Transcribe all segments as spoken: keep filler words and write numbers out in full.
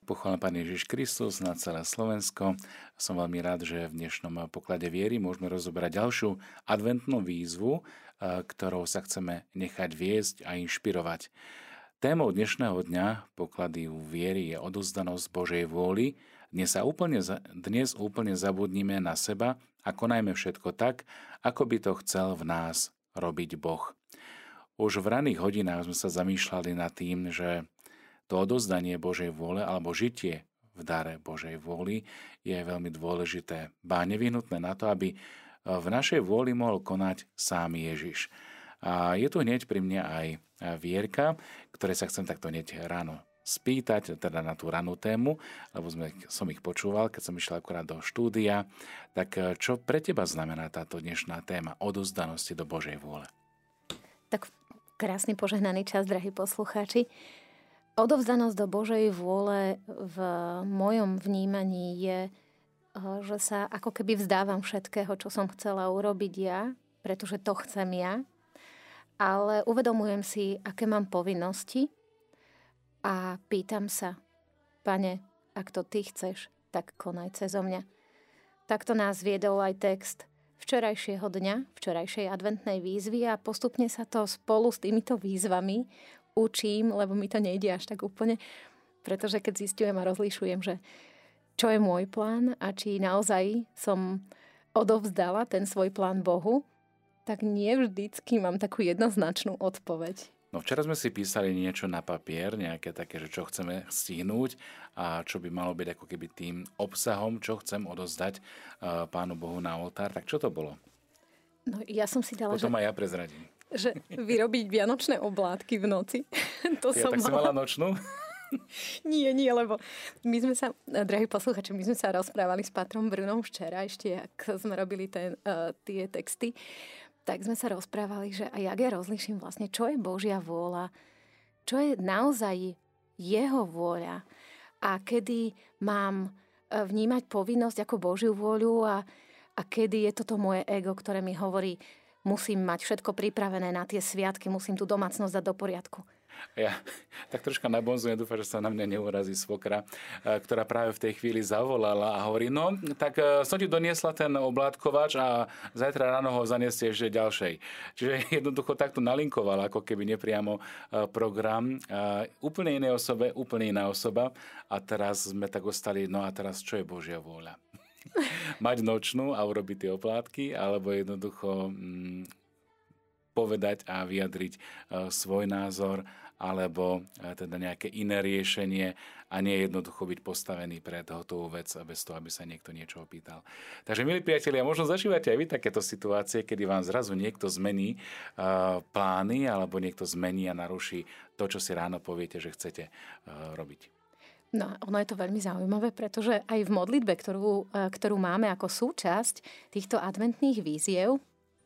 Pochválený Pán Ježiš Kristus na celé Slovensko. Som veľmi rád, že v dnešnom poklade viery môžeme rozoberať ďalšiu adventnú výzvu, ktorou sa chceme nechať viesť a inšpirovať. Témou dnešného dňa poklady viery je odovzdanosť Božej vôli. Dnes, sa úplne, dnes úplne zabudnime na seba a konajme všetko tak, ako by to chcel v nás robiť Boh. Už v raných hodinách sme sa zamýšľali nad tým, že to odovzdanie Božej vôle alebo žitie v dare Božej vôli je veľmi dôležité, ba nevyhnutné na to, aby v našej vôli mohol konať sám Ježiš. A je tu hneď pri mne aj Vierka, ktoré sa chcem takto hneď ráno spýtať, teda na tú ranú tému, lebo sme, som ich počúval, keď som išiel akurát do štúdia. Tak čo pre teba znamená táto dnešná téma odovzdanosti do Božej vôle? Tak krásny požehnaný čas, drahí poslucháči. Odovzdanosť do Božej vôle v mojom vnímaní je, že sa ako keby vzdávam všetkého, čo som chcela urobiť ja, pretože to chcem ja, ale uvedomujem si, aké mám povinnosti a pýtam sa, Pane, ak to Ty chceš, tak konaj cezo mňa. Takto nás viedol aj text včerajšieho dňa, včerajšej adventnej výzvy a postupne sa to spolu s týmito výzvami učím, lebo mi to nejde až tak úplne, pretože keď zistujem a rozlišujem, že čo je môj plán a či naozaj som odovzdala ten svoj plán Bohu, tak nie vždycky mám takú jednoznačnú odpoveď. No včera sme si písali niečo na papier, nejaké také, že čo chceme stihnúť a čo by malo byť ako keby tým obsahom, čo chcem odovzdať uh, Pánu Bohu na oltár. Tak čo to bolo? No ja som si dala, Potom že... aj ja prezradím. že vyrobiť vianočné oblátky v noci. To ja, som tak mala... si mala nočnú? Nie, nie, lebo my sme sa, drahí posluchači, my sme sa rozprávali s Patrom Brunom včera, ešte ak sme robili ten, uh, tie texty, tak sme sa rozprávali, že a jak ja rozliším vlastne, čo je Božia vôľa, čo je naozaj jeho vôľa a kedy mám vnímať povinnosť ako Božiu vôľu a, a kedy je toto moje ego, ktoré mi hovorí, musím mať všetko pripravené na tie sviatky, musím tú domácnosť dať do poriadku. Ja tak troška nabonzujem, dúfam, že sa na mňa neurazí svokra, ktorá práve v tej chvíli zavolala a hovorí, no, tak som ti doniesla ten oblátkovač a zajtra ráno ho zaniesie ešte ďalšej. Čiže jednoducho takto nalinkovala, ako keby nepriamo program úplne inej osobe, úplne iná osoba a teraz sme tak ostali, no a teraz čo je Božia vôľa? Mať nočnú a urobiť tie oplátky, alebo jednoducho mm, povedať a vyjadriť e, svoj názor, alebo e, teda nejaké iné riešenie a nie jednoducho byť postavený pred hotovú vec bez toho, aby sa niekto niečo opýtal. Takže, milí priatelia, možno zažívate aj vy takéto situácie, kedy vám zrazu niekto zmení e, plány, alebo niekto zmení a naruší to, čo si ráno poviete, že chcete e, robiť. No, ono je to veľmi zaujímavé, pretože aj v modlitbe, ktorú, ktorú máme ako súčasť týchto adventných víziev,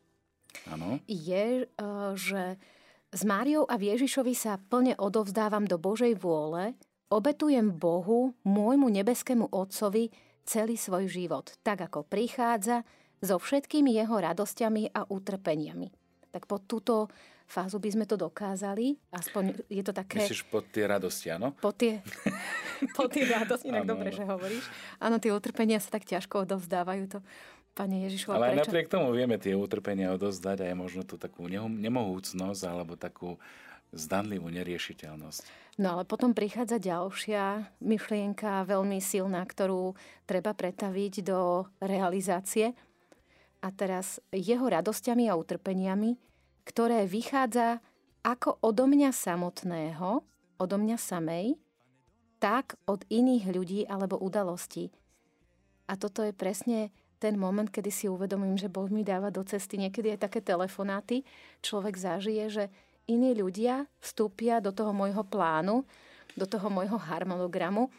ano. je, že s Máriou a Ježišovi sa plne odovzdávam do Božej vôle, obetujem Bohu, môjmu nebeskému Otcovi, celý svoj život, tak ako prichádza, so všetkými jeho radosťami a utrpeniami. Tak pod túto fázu by sme to dokázali, aspoň je to také... Myslíš pod tie radosti, áno? Pod tie, pod tie radosti, inak dobre, že hovoríš. Áno, tie utrpenia sa tak ťažko odovzdávajú to, Pane Ježišu. Ale aj prečo? napriek tomu vieme tie utrpenia odovzdať a je možno tú takú nemohúcnosť alebo takú zdanlivú neriešiteľnosť. No ale potom prichádza ďalšia myšlienka, veľmi silná, ktorú treba pretaviť do realizácie. A teraz jeho radosťami a utrpeniami, ktoré vychádza ako odo mňa samotného, odo mňa samej, tak od iných ľudí alebo udalostí. A toto je presne ten moment, kedy si uvedomím, že Boh mi dáva do cesty niekedy aj také telefonáty. Človek zažije, že iní ľudia vstúpia do toho môjho plánu, do toho môjho harmonogramu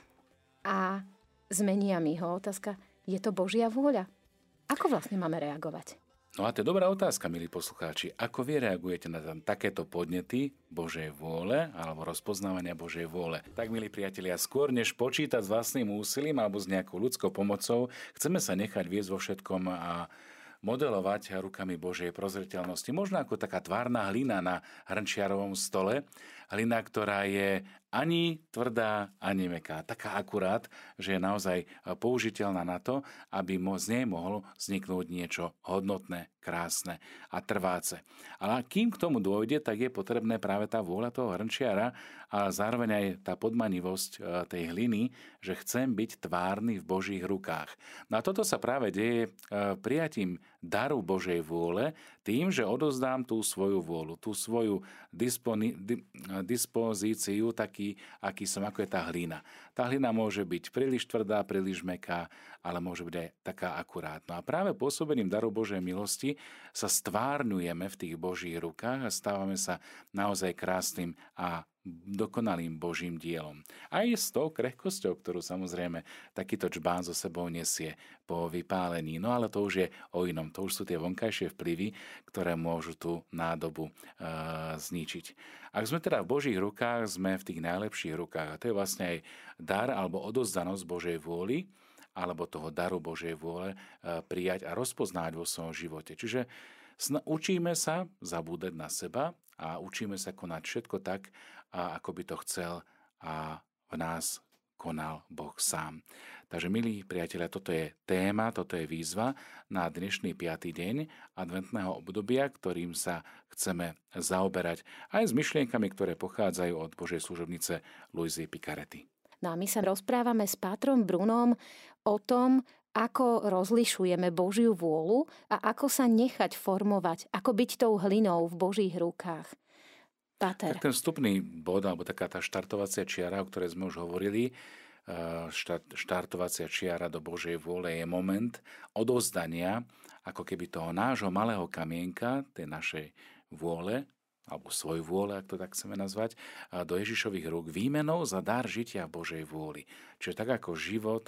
a zmenia mi ho. Otázka, je to Božia vôľa? Ako vlastne máme reagovať? No a to je dobrá otázka, milí poslucháči. Ako vy reagujete na tam takéto podnety Božej vôle alebo rozpoznávania Božej vôle? Tak, milí priatelia, skôr než počítať s vlastným úsilím alebo s nejakou ľudskou pomocou, chceme sa nechať viesť vo všetkom a modelovať rukami Božej prozreteľnosti. Možno ako taká tvárna hlina na hrnčiarovom stole, hlina, ktorá je ani tvrdá, ani mäkká. Taká akurát, že je naozaj použiteľná na to, aby z nej mohlo vzniknúť niečo hodnotné, krásne a trváce. Ale kým k tomu dôjde, tak je potrebné práve tá vôľa toho hrnčiara a zároveň aj tá podmanivosť tej hliny, že chcem byť tvárny v Božích rukách. No a toto sa práve deje prijatím daru Božej vôle, tým, že odozdám tú svoju vôľu, tú svoju disponi- di- dispozíciu, taký, aký som, ako je tá hlina. Tá hlina môže byť príliš tvrdá, príliš mäkká, ale môže byť aj taká akurátna. A práve pôsobením daru Božej milosti sa stvárňujeme v tých Božích rukách a stávame sa naozaj krásnym a dokonalým Božím dielom. Aj s tou krehkosťou, ktorú samozrejme takýto čbán so sebou nesie po vypálení. No ale to už je o inom. To už sú tie vonkajšie vplyvy, ktoré môžu tú nádobu e, zničiť. Ak sme teda v Božích rukách, sme v tých najlepších rukách. A to je vlastne aj dar alebo odozdanosť Božej vôli, alebo toho daru Božej vôle e, prijať a rozpoznať vo svojom živote. Čiže sna- učíme sa zabúdať na seba a učíme sa konať všetko tak, a ako by to chcel a v nás konal Boh sám. Takže, milí priatelia, toto je téma, toto je výzva na dnešný piaty deň adventného obdobia, ktorým sa chceme zaoberať aj s myšlienkami, ktoré pochádzajú od Božej služobnice Luizy Picaretti. No a my sa rozprávame s pátrom Brunom o tom, ako rozlišujeme Božiu vôľu a ako sa nechať formovať, ako byť tou hlinou v Božích rukách. Páter. Tak ten vstupný bod, alebo taká tá štartovacia čiara, o ktorej sme už hovorili, štart, štartovacia čiara do Božej vôle je moment odozdania, ako keby toho nášho malého kamienka, tej našej vôle, alebo svoj vôle, ak to tak chceme nazvať, do Ježišových rúk výmenou za dar žitia v Božej vôli. Čiže tak ako život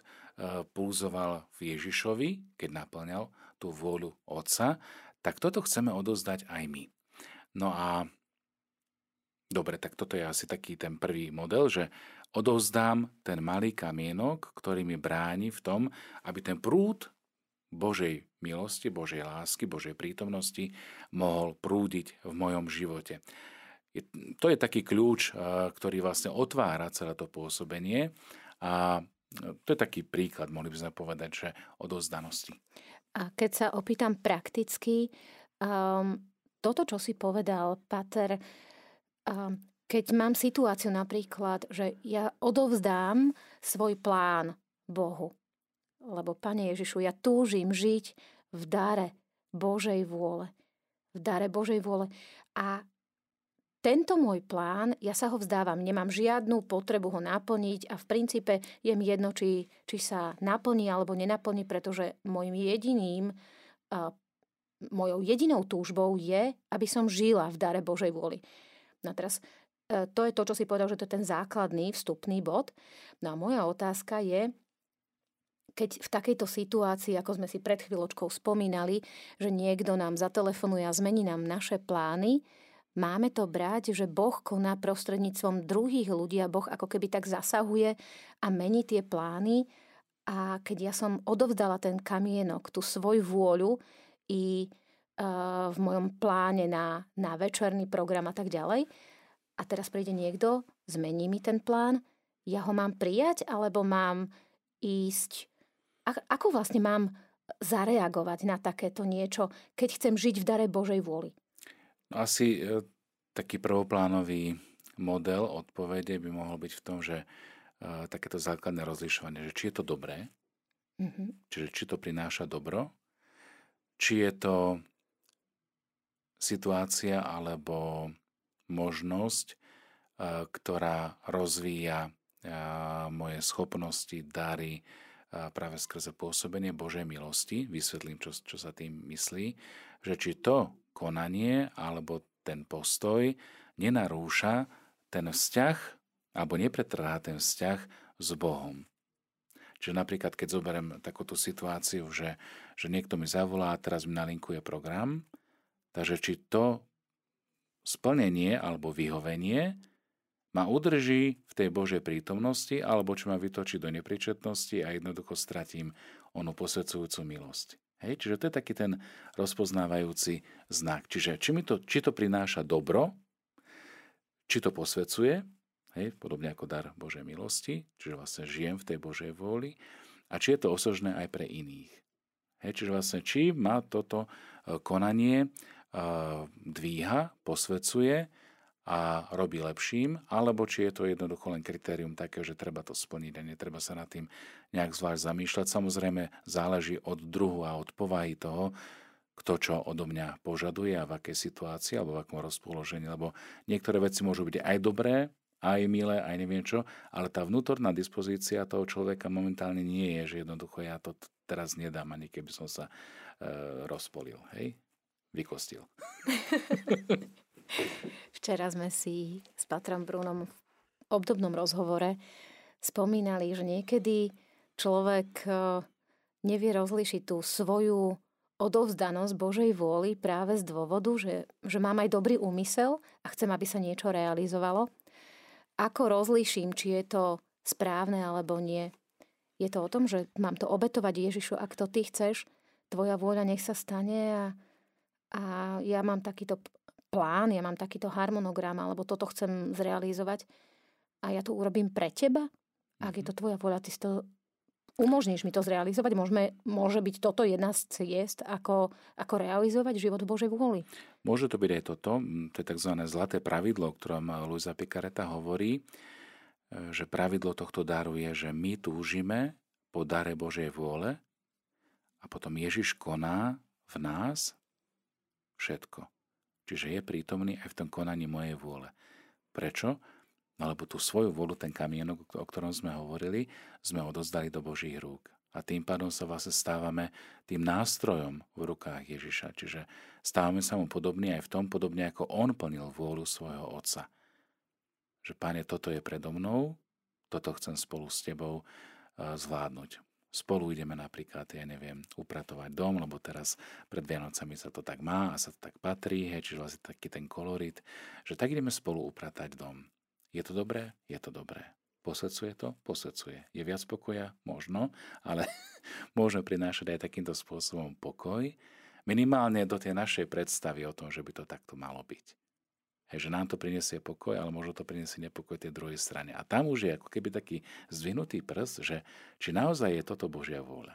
pulzoval v Ježišovi, keď naplňal tú vôľu Otca, tak toto chceme odozdať aj my. No a dobre, tak toto je asi taký ten prvý model, že odovzdám ten malý kamienok, ktorý mi bráni v tom, aby ten prúd Božej milosti, Božej lásky, Božej prítomnosti mohol prúdiť v mojom živote. To je taký kľúč, ktorý vlastne otvára celé to pôsobenie a to je taký príklad, mohli by sme povedať, že odovzdanosti. A keď sa opýtam prakticky, um, toto, čo si povedal, Páter, keď mám situáciu napríklad, že ja odovzdám svoj plán Bohu, lebo Pane Ježišu, ja túžim žiť v dare Božej vôle. V dare Božej vôle. A tento môj plán, ja sa ho vzdávam, nemám žiadnu potrebu ho naplniť a v princípe je mi jedno, či, či sa naplní alebo nenaplní, pretože môjim jediným, mojou jedinou túžbou je, aby som žila v dare Božej vôly. No teraz, to je to, čo si povedal, že to je ten základný vstupný bod. No a moja otázka je, keď v takejto situácii, ako sme si pred chvíľočkou spomínali, že niekto nám zatelefonuje a zmení nám naše plány, máme to brať, že Boh koná prostredníctvom druhých ľudí a Boh ako keby tak zasahuje a mení tie plány. A keď ja som odovzdala ten kamienok, tú svoju vôľu i v mojom pláne na, na večerný program a tak ďalej. A teraz príde niekto, zmení mi ten plán, ja ho mám prijať, alebo mám ísť... Ako vlastne mám zareagovať na takéto niečo, keď chcem žiť v dare Božej vôli? Asi e, taký prvoplánový model odpovede by mohol byť v tom, že e, takéto základné rozlišovanie, že či je to dobré, mm-hmm. čiže či to prináša dobro, či je to situácia alebo možnosť, ktorá rozvíja moje schopnosti, dary práve skrze pôsobenie Božej milosti. Vysvetlím, čo, čo sa tým myslí. Že či to konanie alebo ten postoj nenarúša ten vzťah alebo nepretrhá ten vzťah s Bohom. Čiže napríklad, keď zoberiem takúto situáciu, že, že niekto mi zavolá a teraz mi nalinkuje program, takže či to splnenie alebo vyhovenie ma udrží v tej Božej prítomnosti, alebo či ma vytočí do nepríčetnosti a jednoducho stratím onú posvedzujúcu milosť. Hej? Čiže to je taký ten rozpoznávajúci znak. Čiže či, mi to, či to prináša dobro, či to posvedzuje, hej, podobne ako dar Božej milosti, čiže vlastne žijem v tej Božej vôli, a či je to osožné aj pre iných. Hej, čiže vlastne, či ma toto konanie uh, dvíha, posvedzuje a robí lepším, alebo či je to jednoducho len kritérium také, že treba to splniť a netreba sa nad tým nejak zvlášť zamýšľať. Samozrejme, záleží od druhu a od povahy toho, kto čo odo mňa požaduje a v akej situácii alebo v akom rozpoložení, lebo niektoré veci môžu byť aj dobré, aj milé, aj neviem čo, ale tá vnútorná dispozícia toho človeka momentálne nie je, že jednoducho ja to teraz nedám, ani keby som sa e, rozpolil, hej? Vykostil. Včera sme si s Patrom Brunom v obdobnom rozhovore spomínali, že niekedy človek nevie rozlišiť tú svoju odovzdanosť Božej vôli práve z dôvodu, že, že mám aj dobrý úmysel a chcem, aby sa niečo realizovalo. Ako rozlíšim, či je to správne alebo nie? Je to o tom, že mám to obetovať Ježišu, ak to ty chceš, tvoja vôľa nech sa stane a, a ja mám takýto plán, ja mám takýto harmonogram, alebo toto chcem zrealizovať a ja to urobím pre teba. Ak je to tvoja vôľa, ty si to umožníš mi to zrealizovať. Môžeme, môže byť toto jedna z ciest, ako, ako realizovať život Božej vôli. Môže to byť aj toto, to je tzv. Zlaté pravidlo, o ktorom Luisa Picaretta hovorí, že pravidlo tohto daru je, že my túžime po dare Božej vôle a potom Ježiš koná v nás všetko. Čiže je prítomný aj v tom konaní mojej vôle. Prečo? No, lebo tú svoju vôľu, ten kamienok, o ktorom sme hovorili, sme odozdali do Božích rúk. A tým pádom sa vlastne stávame tým nástrojom v rukách Ježiša. Čiže stávame sa mu podobní aj v tom, podobne ako on plnil vôľu svojho Otca. Že Pane, toto je predo mnou, toto chcem spolu s tebou zvládnuť. Spolu ideme napríklad, ja neviem, upratovať dom, lebo teraz pred Vianocami sa to tak má a sa to tak patrí, hej, čiže vlastne taký ten kolorit, že tak ideme spolu upratať dom. Je to dobré? Je to dobré. Posvedzuje to? Posvedzuje. Je viac pokoja? Možno, ale môžeme prinášať aj takýmto spôsobom pokoj, minimálne do tej našej predstavy o tom, že by to takto malo byť. Hej, že nám to prinesie pokoj, ale možno to prinesie nepokoj tej druhej strane. A tam už je ako keby taký zdvihnutý prst, že či naozaj je toto Božia vôľa.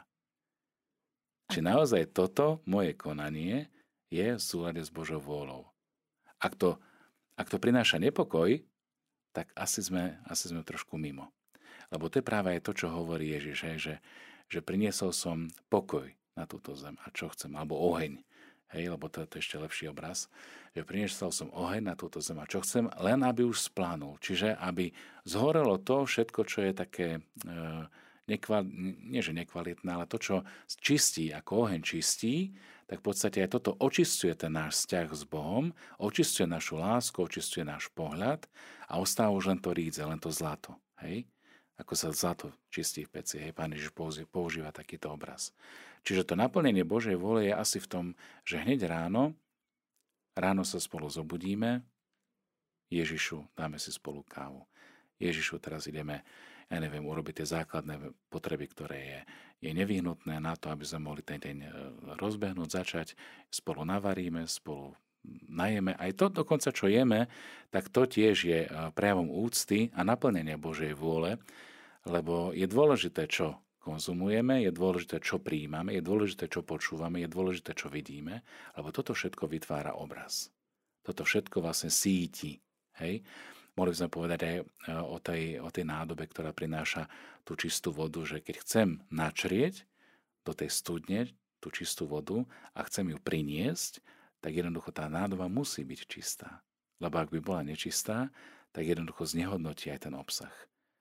Či naozaj toto moje konanie je v súlade s Božou vôľou. Ak to, ak to prináša nepokoj, tak asi sme, asi sme trošku mimo. Lebo to je práve aj to, čo hovorí Ježiš, hej, že, že priniesol som pokoj na túto zem. A čo chcem? Alebo oheň. Hej, lebo to, to je ešte lepší obraz, že priniesol som oheň na túto zem a čo chcem, len aby už splánul. Čiže aby zhorelo to všetko, čo je také, e, nekval, nie že nekvalitné, ale to, čo čistí, ako oheň čistí, tak v podstate aj toto očistuje ten náš vzťah s Bohom, očistuje našu lásku, očistuje náš pohľad a ostáva už len to rídze, len to zlato. Hej? Ako sa zlato čistí v peci. Hej? Pán Ježiš používa takýto obraz. Čiže to naplnenie Božej vôle je asi v tom, že hneď ráno, ráno sa spolu zobudíme, Ježišu, dáme si spolu kávu. Ježišu, teraz ideme, ja neviem, urobiť tie základné potreby, ktoré je, je nevyhnutné na to, aby sme mohli ten deň rozbehnúť, začať. Spolu navaríme, spolu najeme. Aj to dokonca, čo jeme, tak to tiež je prejavom úcty a naplnenia Božej vôle, lebo je dôležité, čo konzumujeme, je dôležité, čo prijímame, je dôležité, čo počúvame, je dôležité, čo vidíme, lebo toto všetko vytvára obraz. Toto všetko vlastne síti. Hej? Mohli sme povedať aj o tej, o tej nádobe, ktorá prináša tú čistú vodu, že keď chcem načrieť do tej studne tú čistú vodu a chcem ju priniesť, tak jednoducho tá nádoba musí byť čistá. Lebo ak by bola nečistá, tak jednoducho znehodnotí aj ten obsah.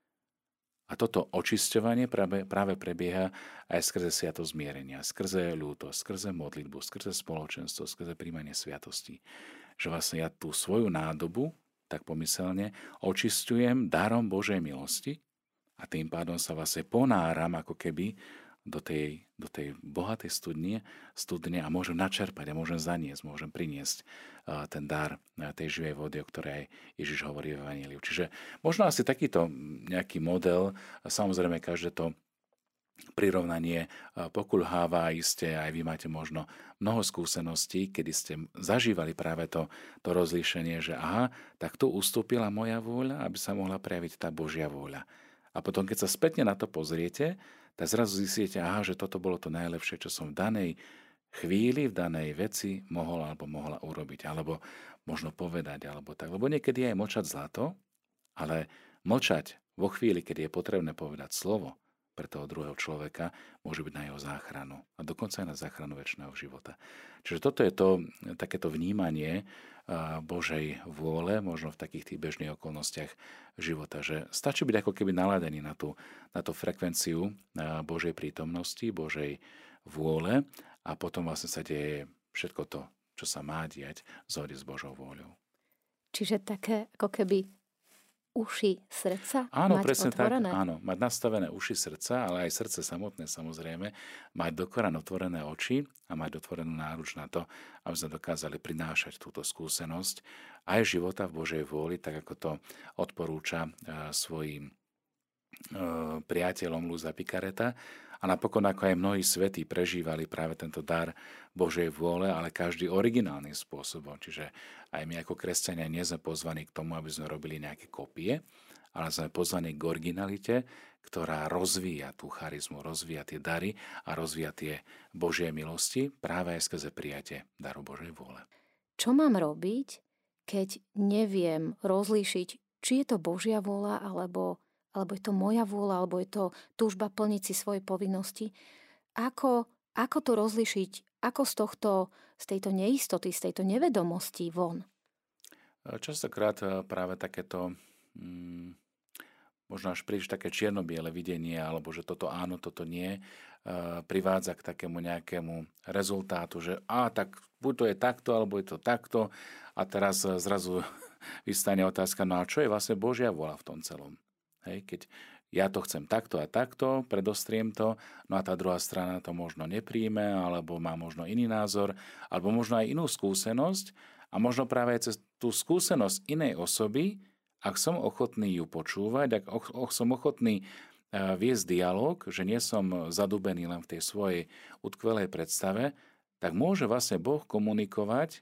A toto očisťovanie práve, práve prebieha aj skrze sviatosť zmierenia, skrze ľútosť, skrze modlitbu, skrze spoločenstvo, skrze príjmanie sviatostí. Že vlastne ja tú svoju nádobu, tak pomyselne, očisťujem darom Božej milosti a tým pádom sa vlastne ponáram ako keby do tej, do tej bohatej studne, studne a môžem načerpať a môžem zaniesť, môžem priniesť uh, ten dar uh, tej živej vody, o ktorej Ježiš hovorí v Evanjeliu. Čiže možno asi takýto nejaký model, a samozrejme každé to prirovnanie pokulháva, iste aj vy máte možno mnoho skúseností, kedy ste zažívali práve to, to rozlíšenie, že aha, tak tu ustúpila moja vôľa, aby sa mohla prejaviť tá Božia vôľa. A potom, keď sa spätne na to pozriete, tak zrazu zistíte, aha, že toto bolo to najlepšie, čo som v danej chvíli, v danej veci mohol alebo mohla urobiť, alebo možno povedať, alebo tak. Lebo niekedy je aj mlčať zlato, ale mlčať vo chvíli, keď je potrebné povedať slovo pre toho druhého človeka, môže byť na jeho záchranu a dokonca aj na záchranu večného života. Čiže toto je to, takéto vnímanie Božej vôle, možno v takých tých bežných okolnostiach života, že stačí byť ako keby naladený na tú, na tú frekvenciu Božej prítomnosti, Božej vôle a potom vlastne sa deje všetko to, čo sa má diať v zhode s Božou vôľou. Čiže také ako keby uši srdca áno, mať presne otvorené? Tak, áno, mať nastavené uši srdca, ale aj srdce samotné samozrejme, mať dokoran otvorené oči a mať otvorenú náruč na to, aby sme dokázali prinášať túto skúsenosť aj života v Božej vôli, tak ako to odporúča svojim priateľom Luisa Picareta. A napokon, ako aj mnohí svätí prežívali práve tento dar Božej vôle, ale každý originálnym spôsobom. Čiže aj my ako kresťania nie sme pozvaní k tomu, aby sme robili nejaké kopie, ale sme pozvaní k originalite, ktorá rozvíja tú charizmu, rozvíja tie dary a rozvíja tie Božie milosti práve aj skrze prijatie daru Božej vôle. Čo mám robiť, keď neviem rozlíšiť, či je to Božia vôľa, alebo alebo je to moja vôľa, alebo je to túžba plniť si svoje povinnosti. Ako, ako to rozlišiť? Ako z tohto, z tejto neistoty, z tejto nevedomosti von? Častokrát práve takéto mm, možno až príliš také čierno-biele videnie, alebo že toto áno, toto nie, privádza k takému nejakému rezultátu, že a tak buď to je takto, alebo je to takto a teraz zrazu vystane otázka, no a čo je vlastne Božia vôľa v tom celom? Hej, keď ja to chcem takto a takto, predostriem to, no a tá druhá strana to možno nepríjme, alebo má možno iný názor, alebo možno aj inú skúsenosť a možno práve aj cez tú skúsenosť inej osoby, ak som ochotný ju počúvať, ak som ochotný viesť dialog, že nie som zadubený len v tej svojej utkvelej predstave, tak môže vlastne Boh komunikovať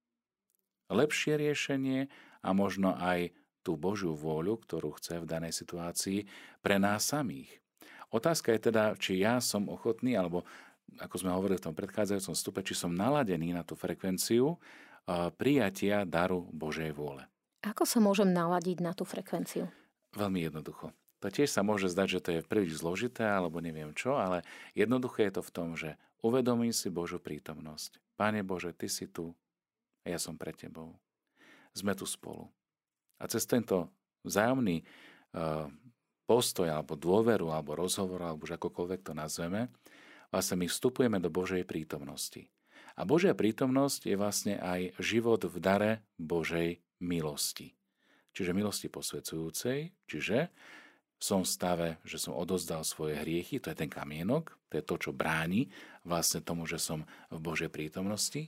lepšie riešenie a možno aj tú Božiu vôľu, ktorú chce v danej situácii pre nás samých. Otázka je teda, či ja som ochotný, alebo ako sme hovorili v tom predchádzajúcom stupe, či som naladený na tú frekvenciu prijatia daru Božej vôle. Ako sa môžem naladiť na tú frekvenciu? Veľmi jednoducho. To tiež sa môže zdať, že to je príliš zložité, alebo neviem čo, ale jednoduché je to v tom, že uvedomím si Božiu prítomnosť. Pane Bože, Ty si tu a ja som pre Tebou. Sme tu spolu. A cez tento vzájomný uh, postoj, alebo dôveru, alebo rozhovor, alebo už akokoľvek to nazveme, vlastne my vstupujeme do Božej prítomnosti. A Božia prítomnosť je vlastne aj život v dare Božej milosti. Čiže milosti posvedzujúcej, čiže som v stave, že som odozdal svoje hriechy, to je ten kamienok, to je to, čo bráni vlastne tomu, že som v Božej prítomnosti.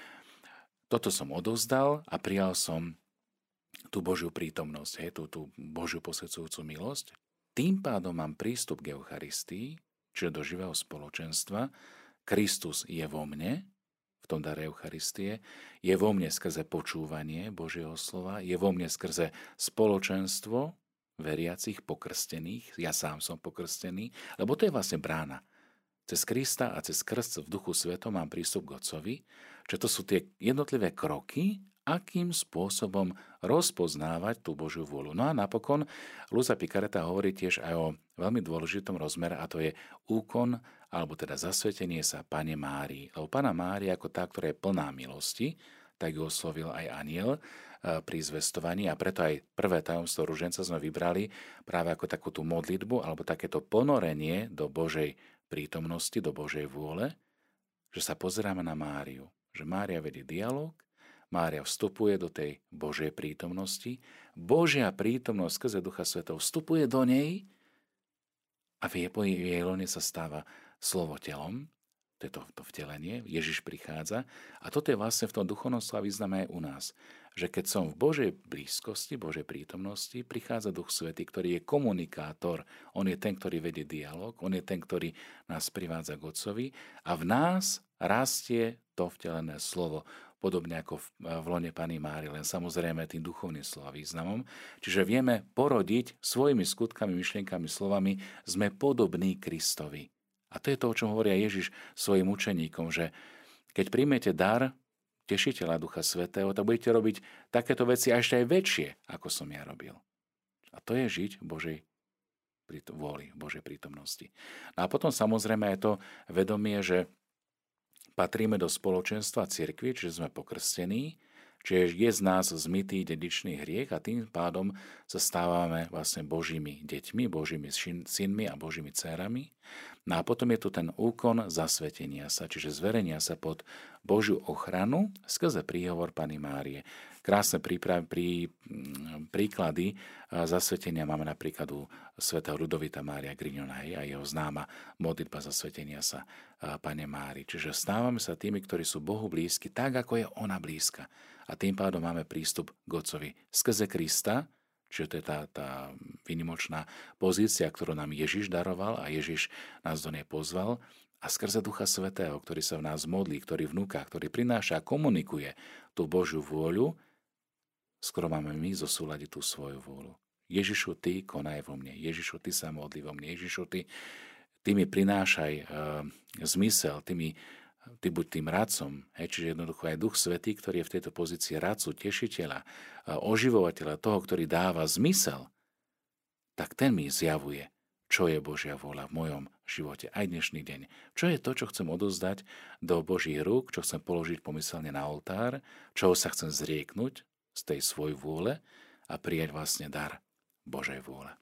Toto som odozdal a prijal som tú Božiu prítomnosť, hej, tú, tú Božiu posvedzujúcu milosť. Tým pádom mám prístup k Eucharistii, čiže do živého spoločenstva. Kristus je vo mne, v tom dare Eucharistie, je vo mne skrze počúvanie Božieho slova, je vo mne skrze spoločenstvo veriacich, pokrstených, ja sám som pokrstený, lebo to je vlastne brána. Cez Krista a cez krst v Duchu Svetom mám prístup k Otcovi, že to sú tie jednotlivé kroky, akým spôsobom rozpoznávať tú Božiu vôľu. No a napokon Luisa Picareta hovorí tiež aj o veľmi dôležitom rozmere, a to je úkon, alebo teda zasvetenie sa Panne Márii. Lebo Panna Mária ako tá, ktorá je plná milosti, tak ju oslovil aj anjel pri zvestovaní, a preto aj prvé tajomstvo ruženca sme vybrali práve ako takú tú modlitbu, alebo takéto ponorenie do Božej prítomnosti, do Božej vôle, že sa pozeráme na Máriu. Že Mária vedie dialog, Mária vstupuje do tej Božej prítomnosti, Božia prítomnosť skrze Ducha Svätého vstupuje do nej a v jej, jej lone sa stáva slovo telom. To to je to, to vtelenie, Ježiš prichádza. A toto je vlastne v tom duchovnom slova význame aj u nás. Že keď som v Božej blízkosti, Božej prítomnosti, prichádza Duch Svätý, ktorý je komunikátor. On je ten, ktorý vedie dialog, on je ten, ktorý nás privádza k Otcovi a v nás rastie to vtelené slovo. Podobne ako v, v lone Panny Márie, len samozrejme tým duchovným slova významom. Čiže vieme porodiť svojimi skutkami, myšlienkami, slovami, sme podobní Kristovi. A to je to, o čom hovoria Ježiš svojim učeníkom, že keď príjmete dar Tešiteľa Ducha Svätého, tak budete robiť takéto veci a ešte aj väčšie, ako som ja robil. A to je žiť v Božej vôli, v Božej prítomnosti. No a potom samozrejme je to vedomie, že patríme do spoločenstva cirkvi, čiže sme pokrstení, čiže je z nás zmytý dedičný hriech a tým pádom sa stávame vlastne Božími deťmi, Božími synmi a Božími dcérami. No a potom je tu ten úkon zasvetenia sa, čiže zverenia sa pod Božiu ochranu skrze príhovor Panny Márie. Krásne príprav, prí, príklady zasvetenia máme napríklad u svätého Ludovita Mária Grignona a jeho známa modlitba zasvetenia sa Panne Márii. Čiže stávame sa tými, ktorí sú Bohu blízky, tak ako je ona blízka. A tým pádom máme prístup k Otcovi skrze Krista, čiže to je tá, tá výnimočná pozícia, ktorú nám Ježiš daroval a Ježiš nás do nej pozval. A skrze Ducha Svätého, ktorý sa v nás modlí, ktorý vnúka, ktorý prináša a komunikuje tú Božiu vôľu, skoro máme my zosúľadiť tú svoju vôľu. Ježišu, ty konaj vo mne. Ježišu, ty sa modli vo mne. Ježišu, ty, ty mi prinášaj e, zmysel, ty mi Ty buď tým radcom, hej, čiže jednoducho aj Duch Svätý, ktorý je v tejto pozícii radcu, tešiteľa, oživovateľa, toho, ktorý dáva zmysel, tak ten mi zjavuje, čo je Božia vôľa v mojom živote, aj dnešný deň. Čo je to, čo chcem odozdať do Božích rúk, čo chcem položiť pomyselne na oltár, čoho sa chcem zrieknúť z tej svojej vôle a prijať vlastne dar Božej vôle.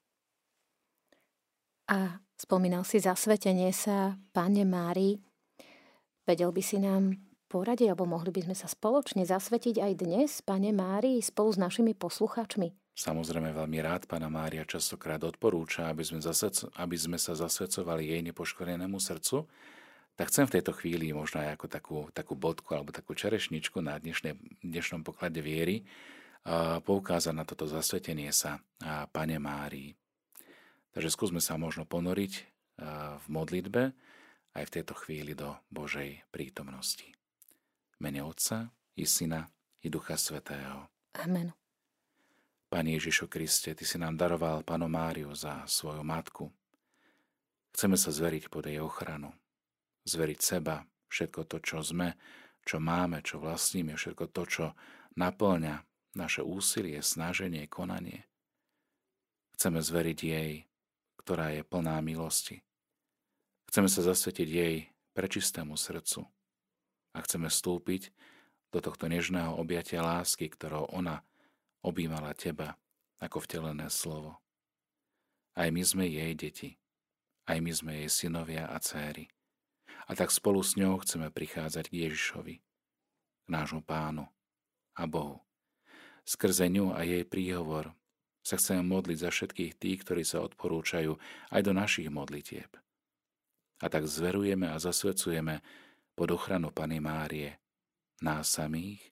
A spomínal si zasvetenie sa Panne Márii. Vedel by si nám poradiť, alebo mohli by sme sa spoločne zasvetiť aj dnes, Panne Márii, spolu s našimi poslucháčmi? Samozrejme veľmi rád Panna Mária častokrát odporúča, aby sme, zasvedco, aby sme sa zasvedcovali jej nepoškvrnenému srdcu. Tak chcem v tejto chvíli možno aj ako takú, takú bodku alebo takú čerešničku na dnešné, dnešnom poklade viery poukázať na toto zasvetenie sa Panne Márii. Takže skúsme sa možno ponoriť v modlitbe aj v tejto chvíli do Božej prítomnosti. V mene Otca i Syna i Ducha Svätého. Amen. Pane Ježišu Kriste, Ty si nám daroval Pannu Máriu za svoju matku. Chceme sa zveriť pod jej ochranu. Zveriť seba, všetko to, čo sme, čo máme, čo vlastníme, všetko to, čo naplňa naše úsilie, snaženie, konanie. Chceme zveriť jej, ktorá je plná milosti. Chceme sa zasvetiť jej prečistému srdcu a chceme vstúpiť do tohto nežného objatia lásky, ktorou ona objímala teba ako vtelené slovo. Aj my sme jej deti, aj my sme jej synovia a dcéry. A tak spolu s ňou chceme prichádzať k Ježišovi, k nášmu Pánu a Bohu. Skrze ňu a jej príhovor sa chceme modliť za všetkých tých, ktorí sa odporúčajú aj do našich modlitieb. A tak zverujeme a zasvedcujeme pod ochranu Panny Márie nás samých,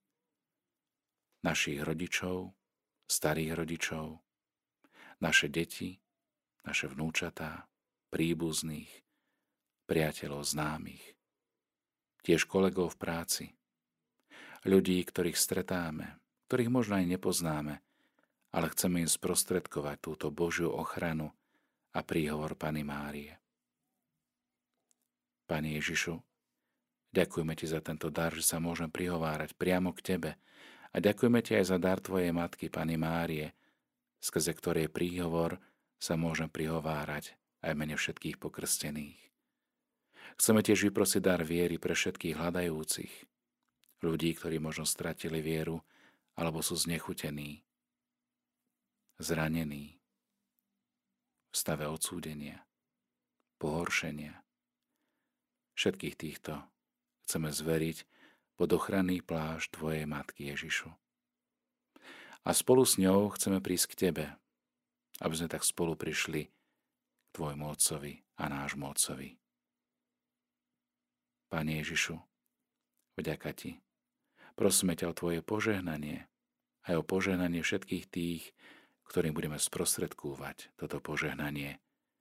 našich rodičov, starých rodičov, naše deti, naše vnúčatá, príbuzných, priateľov, známych, tiež kolegov v práci, ľudí, ktorých stretáme, ktorých možno aj nepoznáme, ale chceme im sprostredkovať túto Božiu ochranu a príhovor Panny Márie. Pane Ježišu, ďakujeme Ti za tento dar, že sa môžem prihovárať priamo k Tebe a ďakujeme Ti aj za dar Tvojej matky, Panny Márie, skrze ktorej príhovor sa môžem prihovárať aj mene všetkých pokrstených. Chceme tiež vyprosiť dar viery pre všetkých hľadajúcich, ľudí, ktorí možno stratili vieru alebo sú znechutení, zranení, v stave odsúdenia, pohoršenia. Všetkých týchto chceme zveriť pod ochranný plášť Tvojej matky Ježišu. A spolu s ňou chceme prísť k Tebe, aby sme tak spolu prišli k Tvojmu Otcovi a nášmu Otcovi. Pane Ježišu, vďaka Ti. Prosíme ťa o Tvoje požehnanie, aj o požehnanie všetkých tých, ktorým budeme sprostredkúvať toto požehnanie.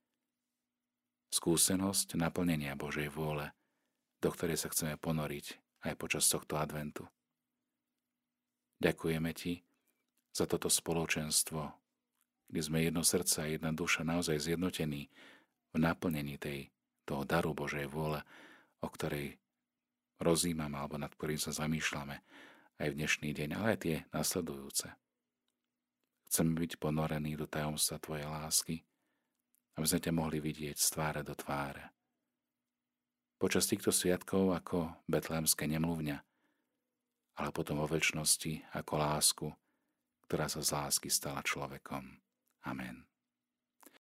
Skúsenosť naplnenia Božej vôle, do ktorej sa chceme ponoriť aj počas tohto adventu. Ďakujeme Ti za toto spoločenstvo, kde sme jedno srdce a jedna duša naozaj zjednotení v naplnení tej, toho daru Božej vôle, o ktorej rozímame alebo nad ktorým sa zamýšľame aj v dnešný deň, ale aj tie nasledujúce. Chceme byť ponorení do tajomstva Tvojej lásky, aby sme ťa mohli vidieť z tváre do tváre. Počas týchto sviatkov ako betlémske nemluvňa, ale potom vo večnosti ako lásku, ktorá sa z lásky stala človekom. Amen.